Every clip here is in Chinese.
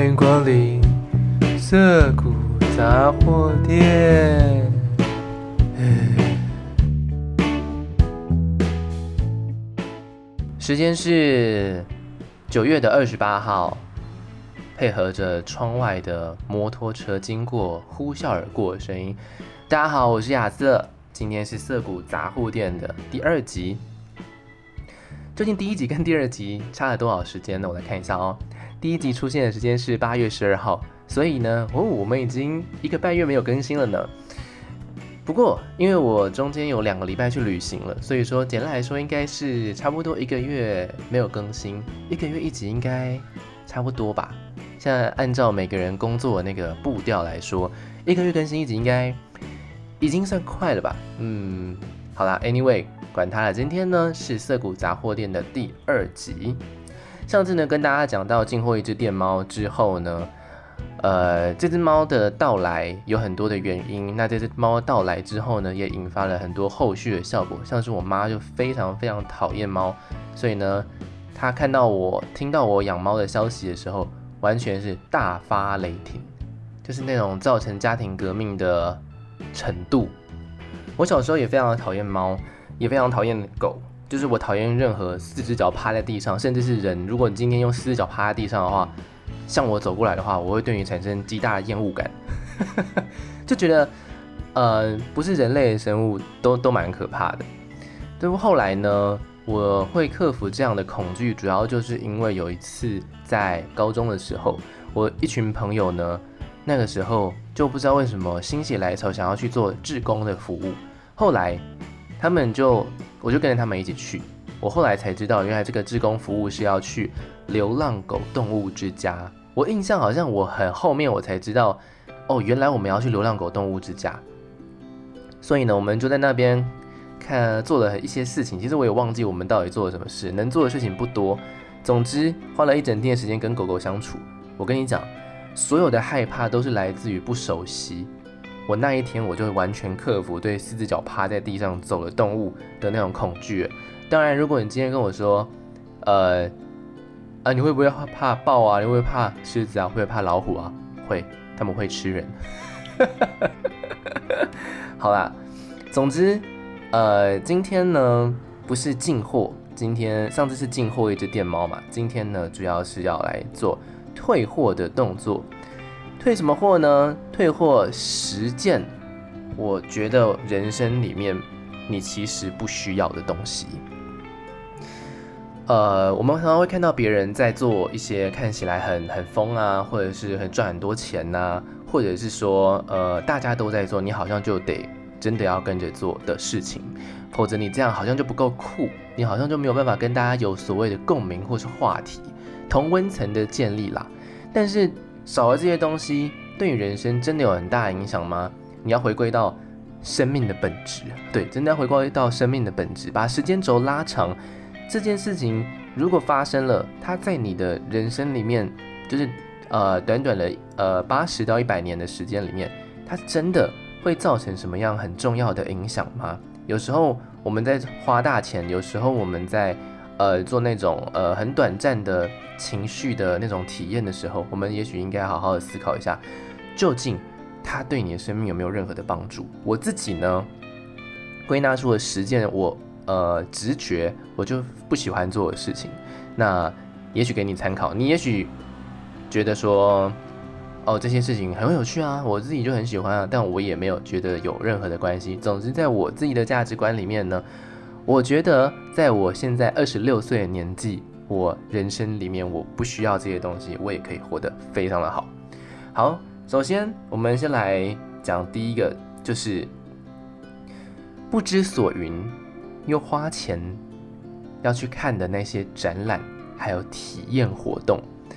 欢迎光临涩谷杂货店。时间是9月28号，配合着窗外的摩托车经过呼啸而过的声音。大家好，我是亚瑟，今天是涩谷杂货店的第2集。究竟第1集跟第2集差了多少时间呢？我来看一下哦。第1集出现的时间是8月12号，所以呢，我们已经1个半月没有更新了呢。不过，因为我中间有2个礼拜去旅行了，所以说简单来说，应该是差不多1个月没有更新，1个月1集应该差不多吧。现在按照每个人工作的那个步调来说，1个月更新1集应该已经算快了吧？好啦 ，anyway， 管它了。今天呢是涩谷杂货店的第2集。上次呢跟大家讲到进货一只电猫之后呢，这只猫的到来有很多的原因。那这只猫到来之后呢，也引发了很多后续的效果，像是我妈就非常非常讨厌猫，所以呢，她听到我养猫的消息的时候，完全是大发雷霆，就是那种造成家庭革命的程度。我小时候也非常的讨厌猫，也非常讨厌狗。就是我讨厌任何4只脚趴在地上，甚至是人。如果你今天用4只脚趴在地上的话，向我走过来的话，我会对你产生极大的厌恶感，就觉得不是人类的生物都蛮可怕的。但是后来呢，我会克服这样的恐惧，主要就是因为有一次在高中的时候，我一群朋友呢，那个时候就不知道为什么心血来潮想要去做志工的服务，后来我就跟着他们一起去。我后来才知道，原来这个志工服务是要去流浪狗动物之家。我印象好像我很后面我才知道，原来我们要去流浪狗动物之家。所以呢，我们就在那边做了一些事情。其实我也忘记我们到底做了什么事，能做的事情不多。总之，花了一整天的时间跟狗狗相处。我跟你讲，所有的害怕都是来自于不熟悉。我那一天我就完全克服对4只脚趴在地上走的动物的那种恐惧了。当然，如果你今天跟我说，你会不会怕豹啊？你会不会怕狮子啊？会不会怕老虎啊？会，他们会吃人。好啦，总之，今天呢不是进货，上次是进货一只电猫嘛，今天呢主要是要来做退货的动作。退什么货呢？退货10件，我觉得人生里面你其实不需要的东西。我们常常会看到别人在做一些看起来很疯啊，或者是赚很多钱啊，或者是说大家都在做，你好像就得真的要跟着做的事情，否则你这样好像就不够酷，你好像就没有办法跟大家有所谓的共鸣或是话题，同温层的建立啦。但是少了这些东西，对你人生真的有很大的影响吗？你要回归到生命的本质，对，真的要回归到生命的本质，把时间轴拉长。这件事情如果发生了，它在你的人生里面，就是短短的80到100年的时间里面，它真的会造成什么样很重要的影响吗？有时候我们在花大钱，有时候我们在做那种很短暂的情绪的那种体验的时候，我们也许应该好好的思考一下，究竟它对你的生命有没有任何的帮助。我自己呢，归纳出了10件我直觉我就不喜欢做的事情，那也许给你参考。你也许觉得说这些事情很有趣啊，我自己就很喜欢啊，但我也没有觉得有任何的关系。总之在我自己的价值观里面呢，我觉得在我现在26岁的年纪，我人生里面我不需要这些东西，我也可以活得非常的好。好，首先我们先来讲第一个，就是不知所云又花钱要去看的那些展览还有体验活动。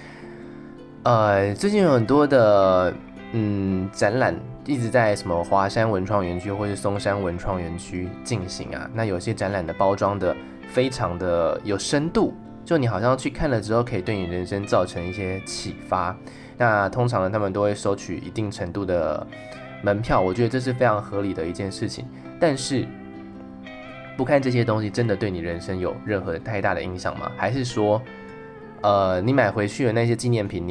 最近有很多的展览一直在什么华山文创园区或是松山文创园区进行啊。那有些展览的包装的非常的有深度，就你好像去看了之后可以对你人生造成一些启发。那通常呢，他们都会收取一定程度的门票，我觉得这是非常合理的一件事情。但是不看这些东西真的对你人生有任何太大的影响吗？还是说你买回去的那些纪念品，你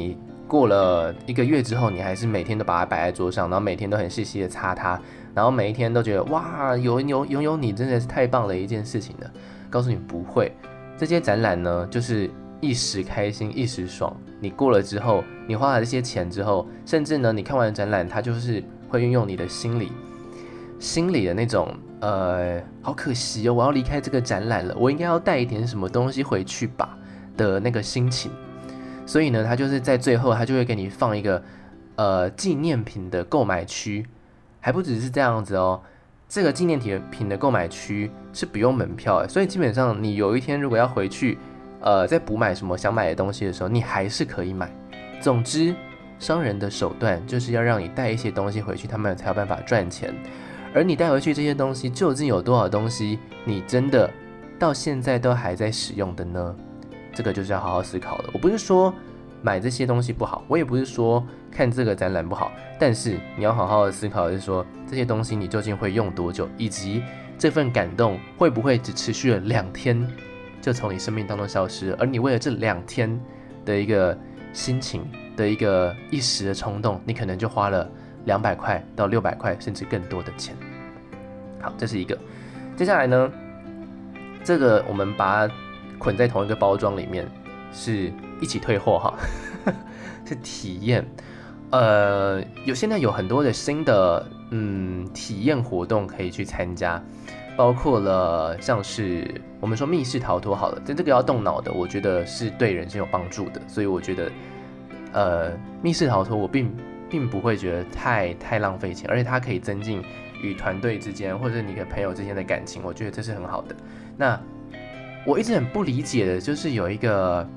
过了1个月之后，你还是每天都把它摆在桌上，然后每天都很细细的擦它，然后每一天都觉得哇，拥有你真的是太棒的一件事情了。告诉你不会，这些展览呢，就是一时开心一时爽。你过了之后，你花了这些钱之后，甚至呢，你看完展览，它就是会运用你的心理的那种好可惜哦，我要离开这个展览了，我应该要带一点什么东西回去吧的那个心情。所以呢，它就是在最后，它就会给你放一个纪念品的购买区，还不只是这样子哦。这个纪念品的购买区是不用门票的，所以基本上你有一天如果要回去，再补买什么想买的东西的时候，你还是可以买。总之，商人的手段就是要让你带一些东西回去，他们才有办法赚钱。而你带回去这些东西，究竟有多少东西你真的到现在都还在使用的呢？这个就是要好好思考了。我不是说买这些东西不好，我也不是说看这个展览不好，但是你要好好的思考的是说，这些东西你究竟会用多久，以及这份感动会不会只持续了2天就从你生命当中消失了，而你为了这2天的一个心情的一个一时的冲动，你可能就花了200块到600块甚至更多的钱。好，这是一个。接下来呢，这个我们把它捆在同一个包装里面，是一起退货哈，是体验。现在有很多的新的体验活动可以去参加，包括了像是我们说密室逃脱好了，但这个要动脑的，我觉得是对人生有帮助的，所以我觉得密室逃脱我并不会觉得太浪费钱，而且它可以增進与团队之间或者你跟朋友之间的感情，我觉得这是很好的。那我一直很不理解的就是有一个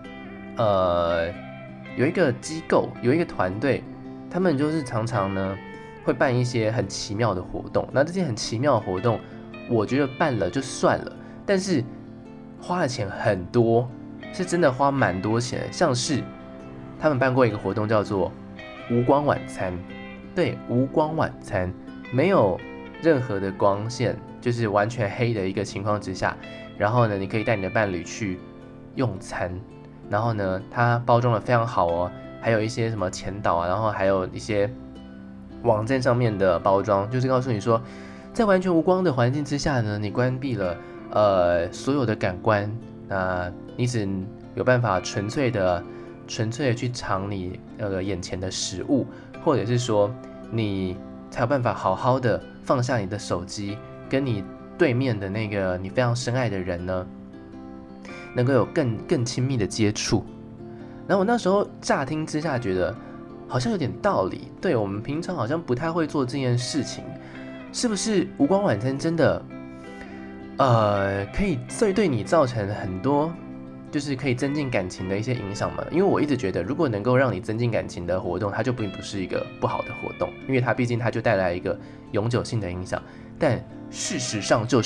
机构，有一个团队，他们就是常常呢会办一些很奇妙的活动。那这些很奇妙的活动，我觉得办了就算了，但是花的钱很多，是真的花蛮多钱。像是他们办过一个活动叫做无光晚餐，对，无光晚餐，没有任何的光线，就是完全黑的一个情况之下，然后呢，你可以带你的伴侣去用餐，然后呢，它包装的非常好哦，还有一些什么前导啊，然后还有一些网站上面的包装，就是告诉你说，在完全无光的环境之下呢，你关闭了所有的感官，那你只有办法纯粹的去尝你眼前的食物，或者是说你才有办法好好的放下你的手机，跟你对面的那个你非常深爱的人呢，能够有更亲密的接触。然后我那时候乍听之下觉得好像有点道理，对，我们平常好像不太会做这件事情，是不是无光晚餐真的可以对你造成很多就是可以增进感情的一些影响嘛？因为我一直觉得，如果能够让你增进感情的活动，它就并不是一个不好的活动，因为它毕竟它就带来一个永久性的影响。但事实上就是，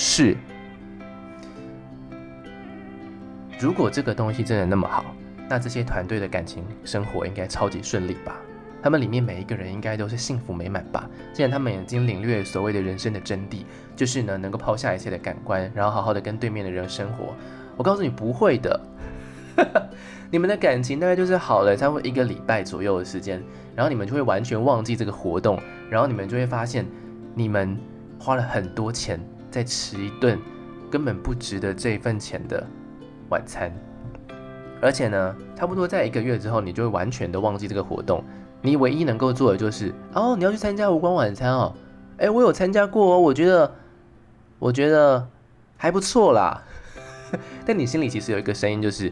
如果这个东西真的那么好，那这些团队的感情生活应该超级顺利吧？他们里面每一个人应该都是幸福美满吧？既然他们已经领略所谓的人生的真谛，就是呢能够抛下一切的感官，然后好好的跟对面的人生活。我告诉你不会的，你们的感情大概就是好了差不多1个礼拜左右的时间，然后你们就会完全忘记这个活动，然后你们就会发现你们花了很多钱在吃一顿根本不值得这一份钱的晚餐，而且呢差不多在1个月之后，你就会完全的忘记这个活动。你唯一能够做的就是你要去参加无光晚餐哦，我有参加过哦，我觉得还不错啦。但你心里其实有一个声音，就是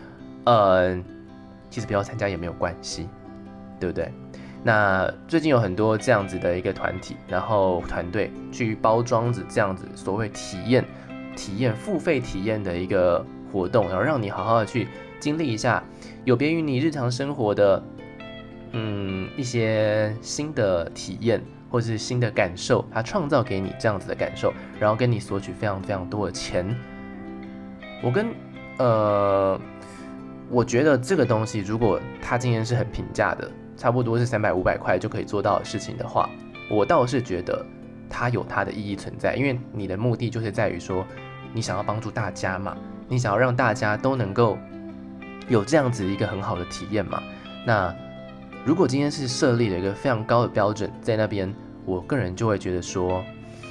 其实不要参加也没有关系，对不对？那最近有很多这样子的一个团体，然后团队去包装着这样子所谓体验付费体验的一个活动，然后让你好好的去经历一下有别于你日常生活的一些新的体验或是新的感受，它创造给你这样子的感受，然后跟你索取非常非常多的钱。我觉得这个东西如果它今天是很平价的，差不多是300-500块就可以做到的事情的话，我倒是觉得它有它的意义存在，因为你的目的就是在于说你想要帮助大家嘛，你想要让大家都能够有这样子一个很好的体验嘛。那如果今天是设立了一个非常高的标准在那边，我个人就会觉得说，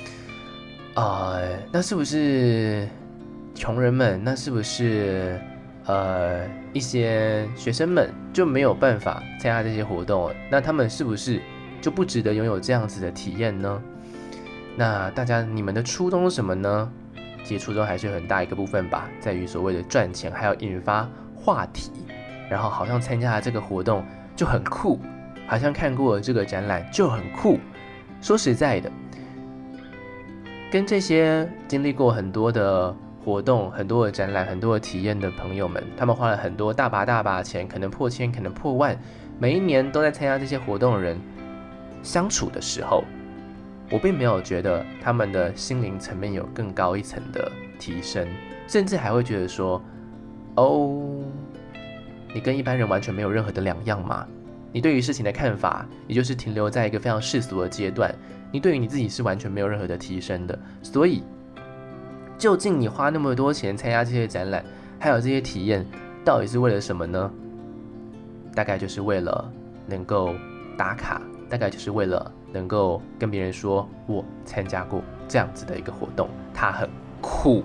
那是不是穷人们？那是不是一些学生们就没有办法参加这些活动了？那他们是不是就不值得拥有这样子的体验呢？那大家你们的初衷是什么呢？其实初衷还是有很大一个部分吧，在于所谓的赚钱，还有引发话题，然后好像参加了这个活动就很酷，好像看过这个展览就很酷。说实在的，跟这些经历过很多的活动、很多的展览、很多的体验的朋友们，他们花了很多大把钱，可能破千，可能破万，每一年都在参加这些活动的人相处的时候，我并没有觉得他们的心灵层面有更高一层的提升，甚至还会觉得说，你跟一般人完全没有任何的两样嘛？你对于事情的看法，也就是停留在一个非常世俗的阶段，你对于你自己是完全没有任何的提升的。所以，究竟你花那么多钱参加这些展览，还有这些体验，到底是为了什么呢？大概就是为了能够打卡，大概就是为了能够跟别人说我参加过这样子的一个活动，它很酷。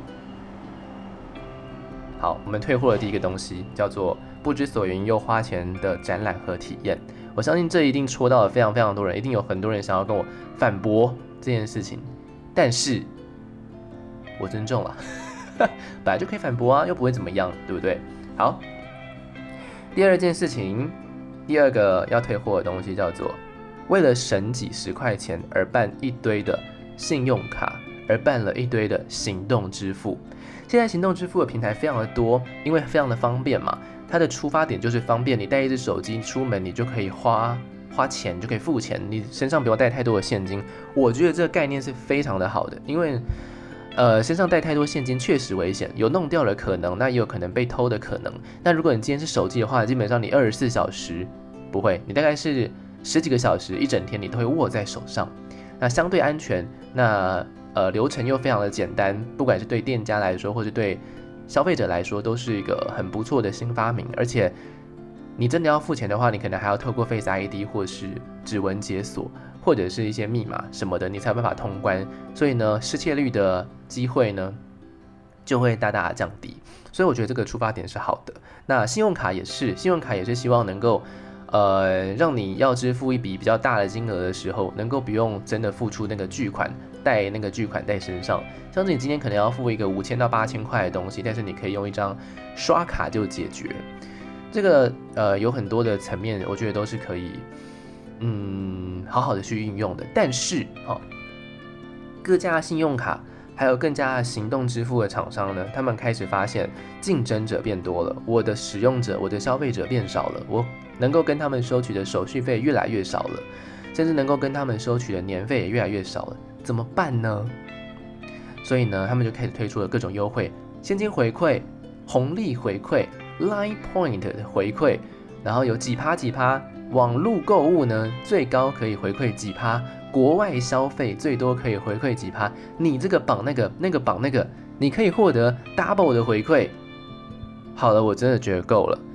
好，我们退货的第一个东西叫做不知所云又花钱的展览和体验。我相信这一定戳到了非常非常多人，一定有很多人想要跟我反驳这件事情，但是我尊重了，本来就可以反驳啊，又不会怎么样，对不对？好，第二件事情，第二个要退货的东西叫做为了省几十块钱而办一堆的信用卡，而办了一堆的行动支付。现在行动支付的平台非常的多，因为非常的方便嘛。它的出发点就是方便，你带一只手机出门，你就可以花钱，你就可以付钱，你身上不用带太多的现金。我觉得这个概念是非常的好的，因为身上带太多现金确实危险，有弄掉的可能，那也有可能被偷的可能。那如果你今天是手机的话，基本上你24小时不会，你大概是10几个小时，一整天你都会握在手上，那相对安全，那流程又非常的简单，不管是对店家来说，或是对消费者来说，都是一个很不错的新发明。而且你真的要付钱的话，你可能还要透过 Face ID 或是指纹解锁，或者是一些密码什么的，你才有办法通关。所以呢，失窃率的机会呢就会大大降低。所以我觉得这个出发点是好的。那信用卡也是希望能够让你要支付一笔比较大的金额的时候，能够不用真的付出那个巨款，带那个巨款在身上。像是你今天可能要付一个5000到8000块的东西，但是你可以用一张刷卡就解决。这个有很多的层面，我觉得都是可以好好的去运用的。但是各家信用卡还有更加行动支付的厂商呢，他们开始发现竞争者变多了，我的使用者、我的消费者变少了，我能够跟他们收取的手续费越来越少了，甚至能够跟他们收取的年费也越来越少了，怎么办呢？所以呢，他们就开始推出了各种优惠，现金回馈、红利回馈、Line Point 的回馈，然后有几趴，网络购物呢最高可以回馈几趴，国外消费最多可以回馈几趴，你这个绑那个绑那个，你可以获得 double 的回馈。好了，我真的觉得够了，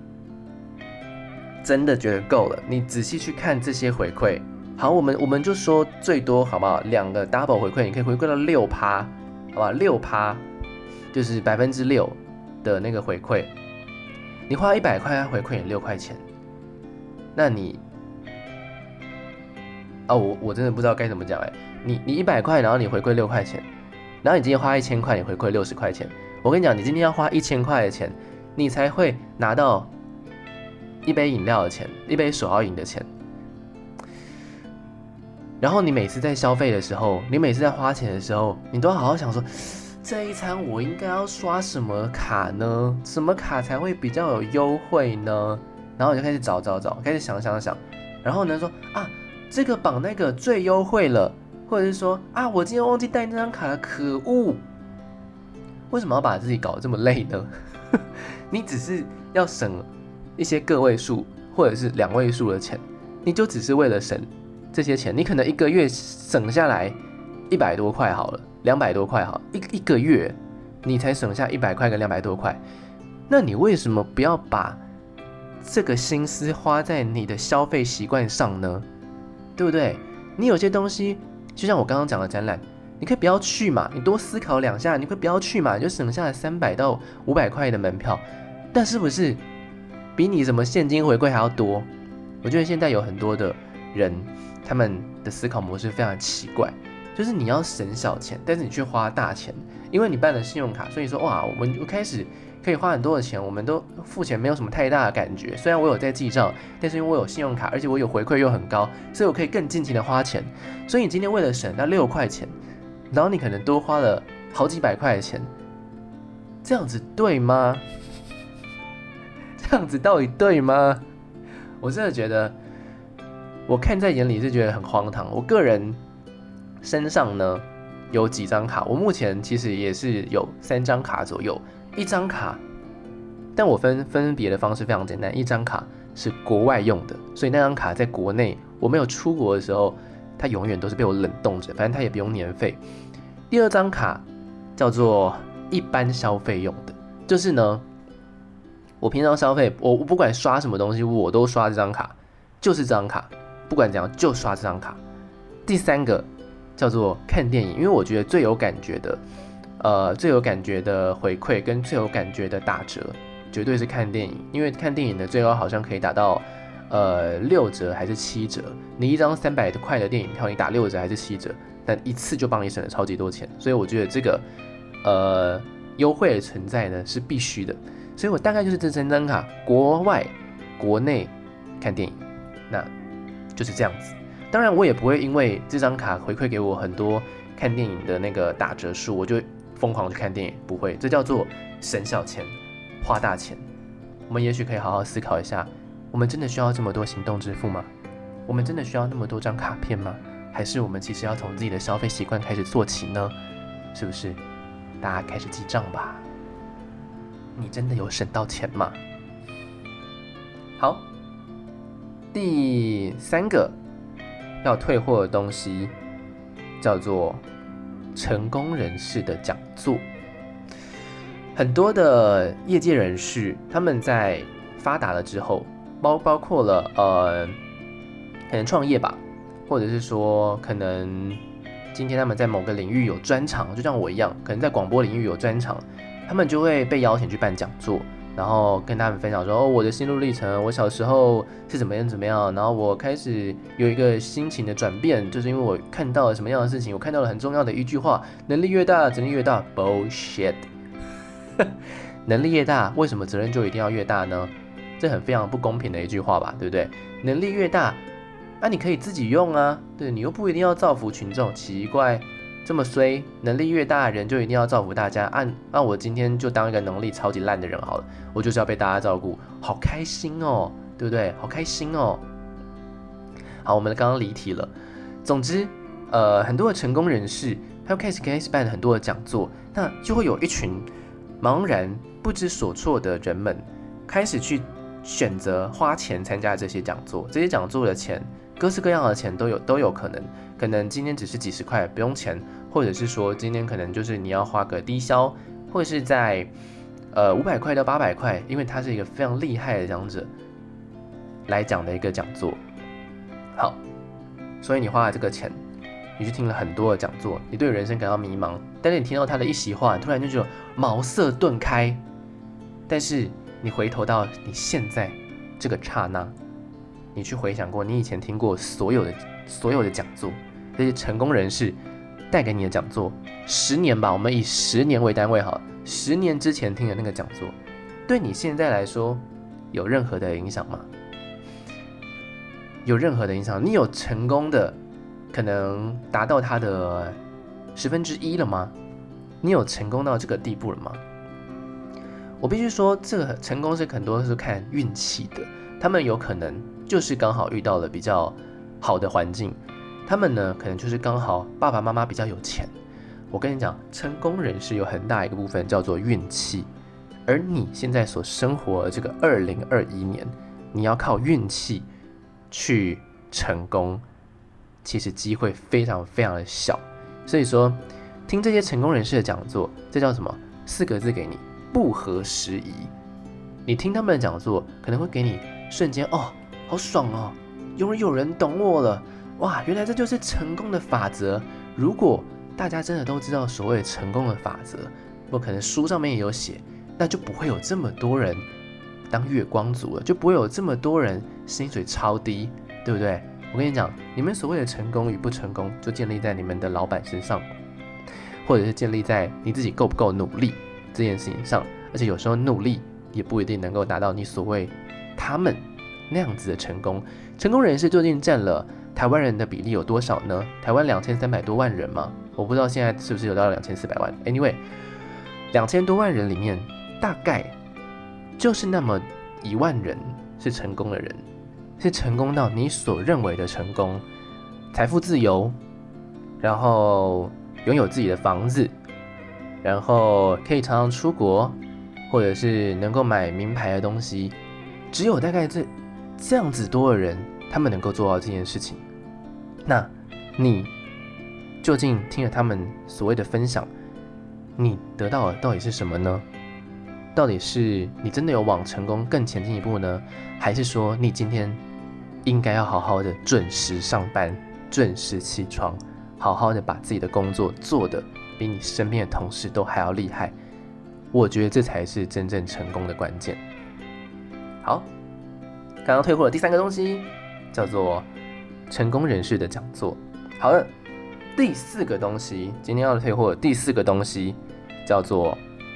真的觉得够了。你仔细去看这些回馈，好，我们就说最多好不好？2个 double 回馈，你可以回馈到6%，好不好？6%就是6%的那个回馈。你花100块，它回馈你6块钱，那你我真的不知道该怎么讲你100块，然后你回馈6块钱，然后你今天花1000块，你回馈60块钱。我跟你讲，你今天要花1000块的钱，你才会拿到一杯饮料的钱，一杯手摇饮的钱。然后你每次在消费的时候，你每次在花钱的时候，你都要好好想说，这一餐我应该要刷什么卡呢？什么卡才会比较有优惠呢？然后你就开始找，开始想，然后呢说这个绑那个最优惠了，或者是说我今天忘记带那张卡了，可恶！为什么要把自己搞得这么累呢？你只是要省一些个位数或者是2位数的钱，你就只是为了省这些钱，你可能一个月省下来100多块好了，200多块好了，一个月你才省下100块跟200多块，那你为什么不要把这个心思花在你的消费习惯上呢？对不对？你有些东西，就像我刚刚讲的展览，你可以不要去嘛，你多思考2下，你可以不要去嘛，你就省下了300到500块的门票，但是不是比你什么现金回馈还要多？我觉得现在有很多的人，他们的思考模式非常奇怪，就是你要省小钱，但是你却花大钱，因为你办了信用卡，所以说哇，我开始可以花很多的钱，我们都付钱没有什么太大的感觉。虽然我有在记账，但是因为我有信用卡，而且我有回馈又很高，所以我可以更尽情的花钱。所以你今天为了省那6块钱，然后你可能多花了好几百块的钱，这样子对吗？这样子到底对吗？我真的觉得，我看在眼里是觉得很荒唐。我个人身上呢有几张卡，我目前其实也是有3张卡左右。1张卡，但我分别的方式非常简单。1张卡是国外用的，所以那张卡在国内我没有出国的时候，它永远都是被我冷冻着，反正它也不用年费。第2张卡叫做一般消费用的，就是呢，我平常消费，我不管刷什么东西，我都刷这张卡，就是这张卡，不管怎样就刷这张卡。第3个叫做看电影，因为我觉得最有感觉的回馈跟最有感觉的打折，绝对是看电影，因为看电影的最高好像可以打到6折还是7折，你一张300块的电影票，你打6折还是7折，但一次就帮你省了超级多钱，所以我觉得这个优惠的存在呢是必须的，所以我大概就是这3张卡，国外、国内看电影，那就是这样子。当然我也不会因为这张卡回馈给我很多看电影的那个打折数，我就疯狂去看电影，不会，这叫做省小钱花大钱。我们也许可以好好思考一下，我们真的需要这么多行动支付吗？我们真的需要那么多张卡片吗？还是我们其实要从自己的消费习惯开始做起呢？是不是？大家开始记账吧。你真的有省到钱吗？好，第3个要退货的东西叫做成功人士的讲座。很多的业界人士，他们在发达了之后，包括了可能创业吧，或者是说可能今天他们在某个领域有专长，就像我一样，可能在广播领域有专长，他们就会被邀请去办讲座，然后跟他们分享说，我的心路历程，我小时候是怎么样，然后我开始有一个心情的转变，就是因为我看到了什么样的事情，我看到了很重要的一句话，能力越大，责任越大。Bullshit 能力越大，为什么责任就一定要越大呢？这很非常不公平的一句话吧，对不对？能力越大，你可以自己用啊，对，你又不一定要造福群众，奇怪，这么衰，能力越大的人就一定要造福大家。按我今天就当一个能力超级烂的人好了，我就是要被大家照顾，好开心哦，对不对？好开心哦。好，我们刚刚离题了。总之，很多的成功人士，他开始办很多的讲座，那就会有一群茫然不知所措的人们，开始去选择花钱参加这些讲座。这些讲座的钱，各式各样的钱都有可能。可能今天只是几十块不用钱，或者是说今天可能就是你要花个低消，或者是在500块到800块，因为他是一个非常厉害的讲者来讲的一个讲座。好，所以你花了这个钱，你去听了很多的讲座，你对人生感到迷茫，但是你听到他的一席话，你突然就觉得茅塞顿开。但是你回头到你现在这个刹那，你去回想过你以前听过所有的讲座，这些成功人士带给你的讲座，10年吧，我们以10年为单位好了，10年之前听的那个讲座，对你现在来说有任何的影响吗？有任何的影响？你有成功的可能达到它的1/10了吗？你有成功到这个地步了吗？我必须说，这个成功是很多是看运气的，他们有可能就是刚好遇到了比较好的环境，他们呢可能就是刚好爸爸妈妈比较有钱。我跟你讲，成功人士有很大一个部分叫做运气，而你现在所生活的这个2021年，你要靠运气去成功，其实机会非常非常的小。所以说，听这些成功人士的讲座，这叫什么？4个字给你：不合时宜。你听他们的讲座，可能会给你瞬间好爽哦，有人懂我了，哇，原来这就是成功的法则。如果大家真的都知道所谓成功的法则，不可能书上面也有写，那就不会有这么多人当月光族了，就不会有这么多人薪水超低，对不对？我跟你讲，你们所谓的成功与不成功，就建立在你们的老板身上，或者是建立在你自己够不够努力这件事情上。而且有时候努力也不一定能够达到你所谓他们那样子的成功。成功人士究竟占了台湾人的比例有多少呢？台湾2300多万人嘛，我不知道现在是不是有到2400万。Anyway， 2000多万人里面，大概就是那么1万人是成功的人，是成功到你所认为的成功，财富自由，然后拥有自己的房子，然后可以常常出国，或者是能够买名牌的东西，只有大概这样子多的人，他们能够做到这件事情。那你究竟听了他们所谓的分享，你得到的到底是什么呢？到底是你真的有往成功更前进一步呢，还是说你今天应该要好好的准时上班，准时起床，好好的把自己的工作做得比你身边的同事都还要厉害？我觉得这才是真正成功的关键。好，刚刚退货的第3个东西叫做成功人士的讲座。好了，第4个东西，今天要退货的第4个东西叫做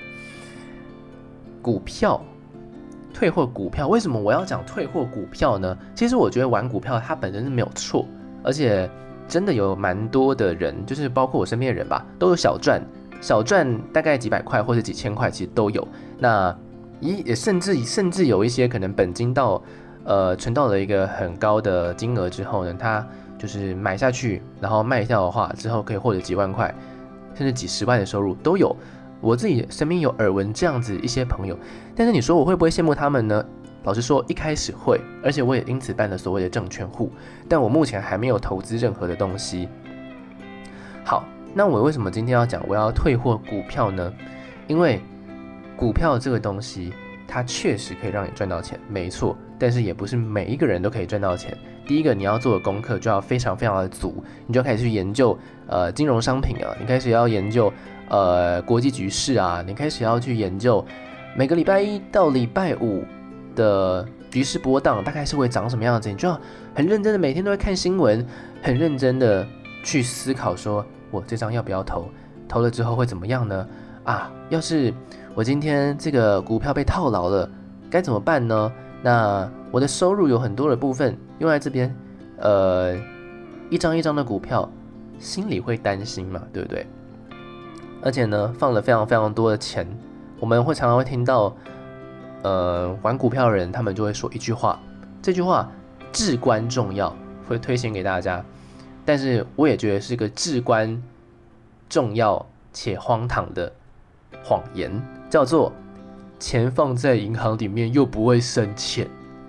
股票。退货股票，为什么我要讲退货股票呢？其实我觉得玩股票它本身是没有错，而且真的有蛮多的人，就是包括我身边的人吧，都有小赚大概几百块或者几千块，其实都有。那甚至有一些可能本金到存到了一个很高的金额之后呢，他就是买下去，然后卖掉的话之后可以获得几万块，甚至几十万的收入都有。我自己身边有耳闻这样子一些朋友，但是你说我会不会羡慕他们呢？老实说，一开始会，而且我也因此办了所谓的证券户，但我目前还没有投资任何的东西。好，那我为什么今天要讲我要退货股票呢？因为股票这个东西，它确实可以让你赚到钱，没错，但是也不是每一个人都可以赚到钱。第一个，你要做的功课就要非常非常的足，你就要开始去研究金融商品啊，你开始要研究国际局势啊，你开始要去研究每个礼拜1到礼拜5的局势波荡大概是会长什么样子，你就要很认真的每天都会看新闻，很认真的去思考说，我这张要不要投，投了之后会怎么样呢？啊，要是我今天这个股票被套牢了，该怎么办呢？那我的收入有很多的部分用在这边，一张一张的股票，心里会担心嘛，对不对？而且呢，放了非常非常多的钱，我们常常会听到，玩股票的人他们就会说一句话，这句话至关重要，会推荐给大家。但是我也觉得是个至关重要且荒唐的谎言，叫做钱放在银行里面又不会生钱。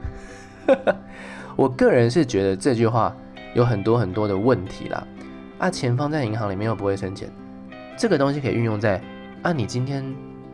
我个人是觉得这句话有很多很多的问题啦。钱放在银行里面又不会生钱，这个东西可以运用在你今天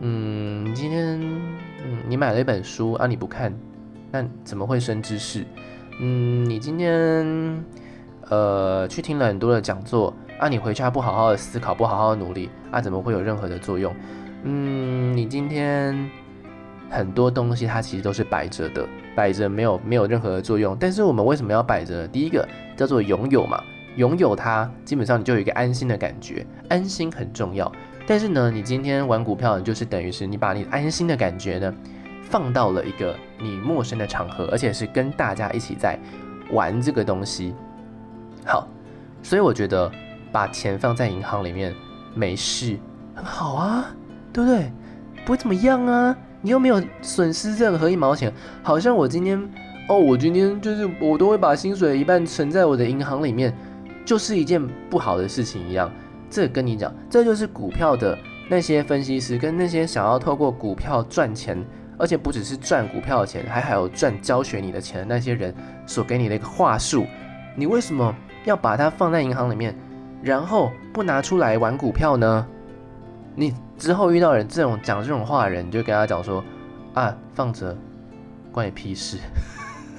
你买了一本书你不看，那怎么会生知识？你今天去听了很多的讲座你回家不好好的思考，不好好的努力怎么会有任何的作用？你今天很多东西它其实都是摆着的，摆着没有任何的作用。但是我们为什么要摆着呢？第一个叫做拥有嘛，拥有它基本上你就有一个安心的感觉，安心很重要。但是呢，你今天玩股票，你就是等于是你把你安心的感觉呢放到了一个你陌生的场合，而且是跟大家一起在玩这个东西。好，所以我觉得把钱放在银行里面没事，很好啊，对不对？不会怎么样啊，你又没有损失任何1毛钱。好像我今天就是我都会把薪水一半存在我的银行里面，就是一件不好的事情一样。这跟你讲，这就是股票的那些分析师跟那些想要透过股票赚钱，而且不只是赚股票的钱，还有赚教学你的钱的那些人所给你的一个话术。你为什么要把它放在银行里面，然后不拿出来玩股票呢？你之后遇到人讲这种话的人，你就跟他讲说放着关你屁事。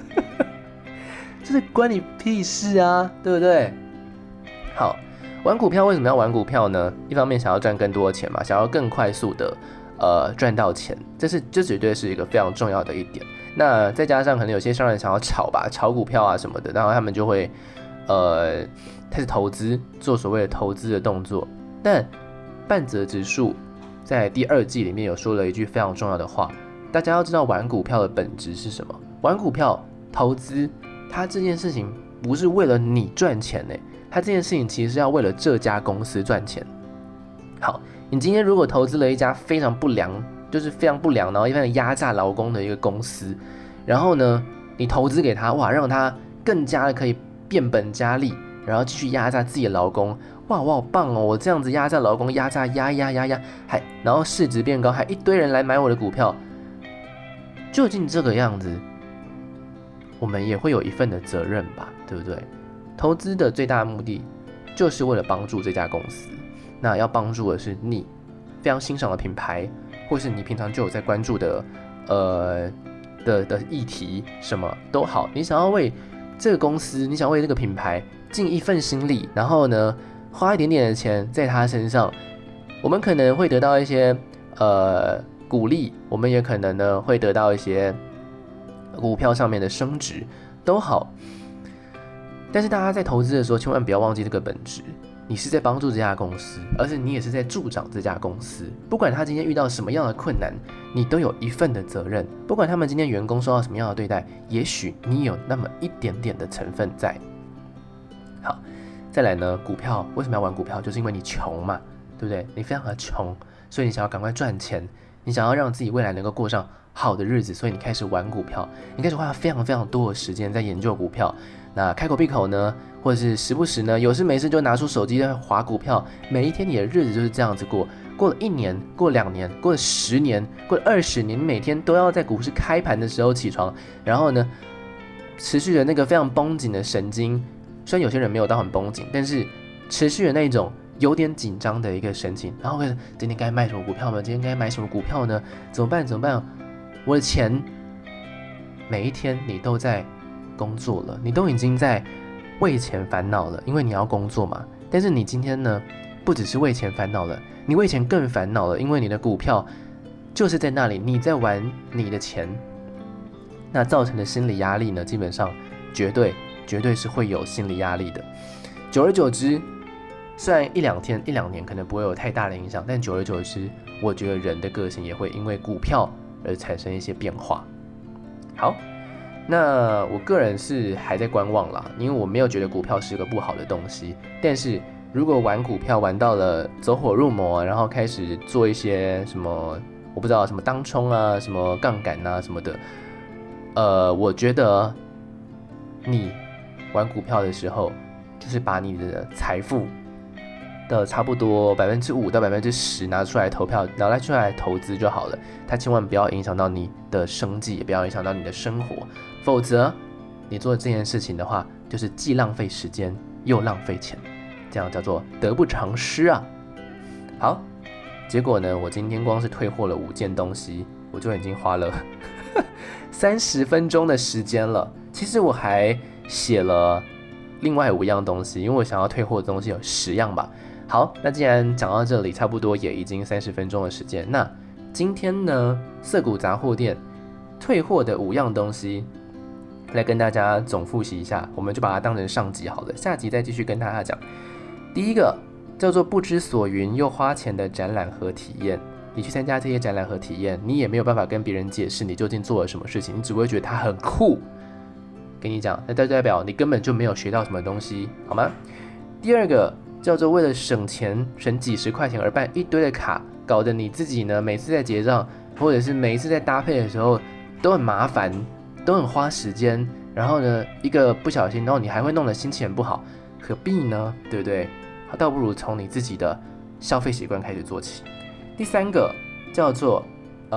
就是关你屁事啊，对不对？好，玩股票为什么要玩股票呢？一方面想要赚更多的钱嘛，想要更快速的赚到钱，这绝对是一个非常重要的一点。那再加上可能有些商人想要炒股票啊什么的，然后他们就会开始投资，做所谓的投资的动作。但半泽直树在第2季里面有说了一句非常重要的话，大家要知道玩股票的本质是什么？玩股票投资，它这件事情不是为了你赚钱呢，它这件事情其实是要为了这家公司赚钱。好，你今天如果投资了一家非常不良，然后一般压榨劳工的一个公司，然后呢，你投资给他，哇，让他更加的可以变本加厉，然后继续压榨自己的劳工，哇，我好棒哦！我这样子压榨劳工，压，然后市值变高，还一堆人来买我的股票，究竟这个样子，我们也会有一份的责任吧，对不对？投资的最大的目的就是为了帮助这家公司，那要帮助的是你非常欣赏的品牌，或是你平常就有在关注的议题，什么都好，你想要为这个公司，你想为这个品牌尽一份心力，然后呢，花一点点的钱在他身上，我们可能会得到一些鼓励，我们也可能呢会得到一些股票上面的升值，都好。但是大家在投资的时候，千万不要忘记这个本质，你是在帮助这家公司，而且你也是在助长这家公司。不管他今天遇到什么样的困难，你都有一份的责任。不管他们今天员工受到什么样的对待，也许你有那么一点点的成分在。好，再来呢，股票为什么要玩股票？就是因为你穷嘛，对不对？你非常的穷，所以你想要赶快赚钱，你想要让自己未来能够过上好的日子，所以你开始玩股票，你开始花非常非常多的时间在研究股票。那开口闭口呢，或者是时不时呢，有事没事就拿出手机在滑股票，每一天你的日子就是这样子过，过了1年，过了2年，过了10年，过了20年，你每天都要在股市开盘的时候起床，然后呢，持续的那个非常绷紧的神经，虽然有些人没有到很绷紧，但是持续的那种有点紧张的一个神情，然后今天该卖什么股票呢？今天该买什么股票呢？怎么办？我的钱，每一天你都在工作了，你都已经在为钱烦恼了，因为你要工作嘛。但是你今天呢，不只是为钱烦恼了，你为钱更烦恼了，因为你的股票就是在那里，你在玩你的钱，那造成的心理压力呢，基本上绝对是会有心理压力的。久而久之，虽然1-2天、1-2年可能不会有太大的影响，但久而久之，我觉得人的个性也会因为股票而产生一些变化。好。那我个人是还在观望啦，因为我没有觉得股票是个不好的东西。但是如果玩股票玩到了走火入魔，然后开始做一些什么我不知道什么当冲啊、什么杠杆啊什么的，我觉得你玩股票的时候，就是把你的财富的差不多5%到10%拿出来投资就好了，它千万不要影响到你的生计，也不要影响到你的生活，否则你做这件事情的话，就是既浪费时间又浪费钱，这样叫做得不偿失啊。好，结果呢，我今天光是退货了5件东西，我就已经花了30分钟的时间了。其实我还写了另外5样东西，因为我想要退货的东西有10样吧。好，那既然讲到这里，差不多也已经30分钟的时间。那今天呢，涩谷杂货店退货的5样东西，来跟大家总复习一下，我们就把它当成上集好了，下集再继续跟大家讲。第一个叫做不知所云又花钱的展览和体验。你去参加这些展览和体验，你也没有办法跟别人解释你究竟做了什么事情，你只会觉得它很酷。跟你讲，那代表你根本就没有学到什么东西，好吗？第二个叫做为了省钱，省几十块钱而办一堆的卡，搞得你自己呢每次在结账或者是每一次在搭配的时候都很麻烦，都很花时间，然后呢一个不小心，然后你还会弄得心情很不好，何必呢？对不对？倒不如从你自己的消费习惯开始做起。第三个叫做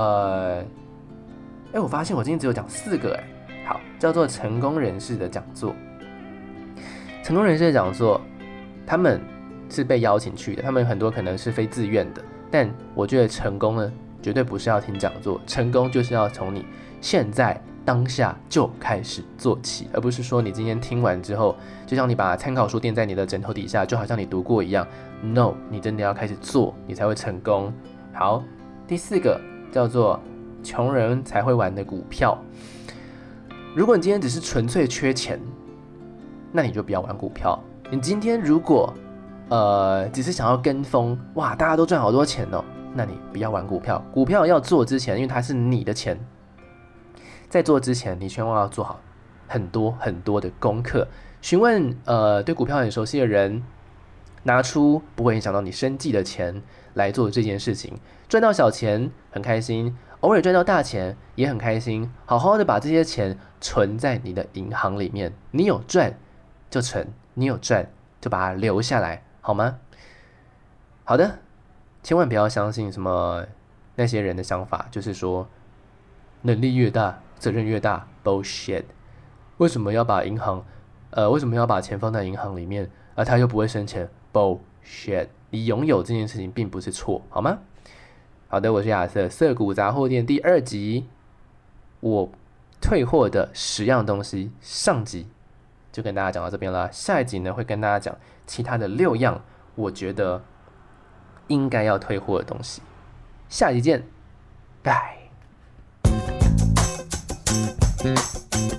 我发现我今天只有讲4个好，叫做成功人士的讲座。成功人士的讲座，他们是被邀请去的，他们很多可能是非自愿的，但我觉得成功呢， 绝对不是要听讲座，成功就是要从你现在当下就开始做起，而不是说你今天听完之后，就像你把参考书垫在你的枕头底下，就好像你读过一样。No， 你真的要开始做，你才会成功。好，第4个叫做穷人才会玩的股票。如果你今天只是纯粹缺钱，那你就不要玩股票。你今天如果只是想要跟风，哇，大家都赚好多钱哦，那你不要玩股票。股票要做之前，因为它是你的钱，在做之前，你千万要做好很多很多的功课，询问对股票很熟悉的人，拿出不会影响到你生计的钱来做这件事情。赚到小钱很开心，偶尔赚到大钱也很开心，好好的把这些钱存在你的银行里面。你有赚就存，你有赚就把它留下来，好吗？好的，千万不要相信什么那些人的想法，就是说能力越大责任越大 bullshit。 为什么要把钱放在银行里面，而它又不会生钱 bullshit。 你拥有这件事情并不是错，好吗？好的，我是亚瑟，涩谷杂货店第2集，我退货的10样东西，上集就跟大家讲到这边了。下一集呢，会跟大家讲其他的6样我觉得应该要退货的东西。下集见，拜。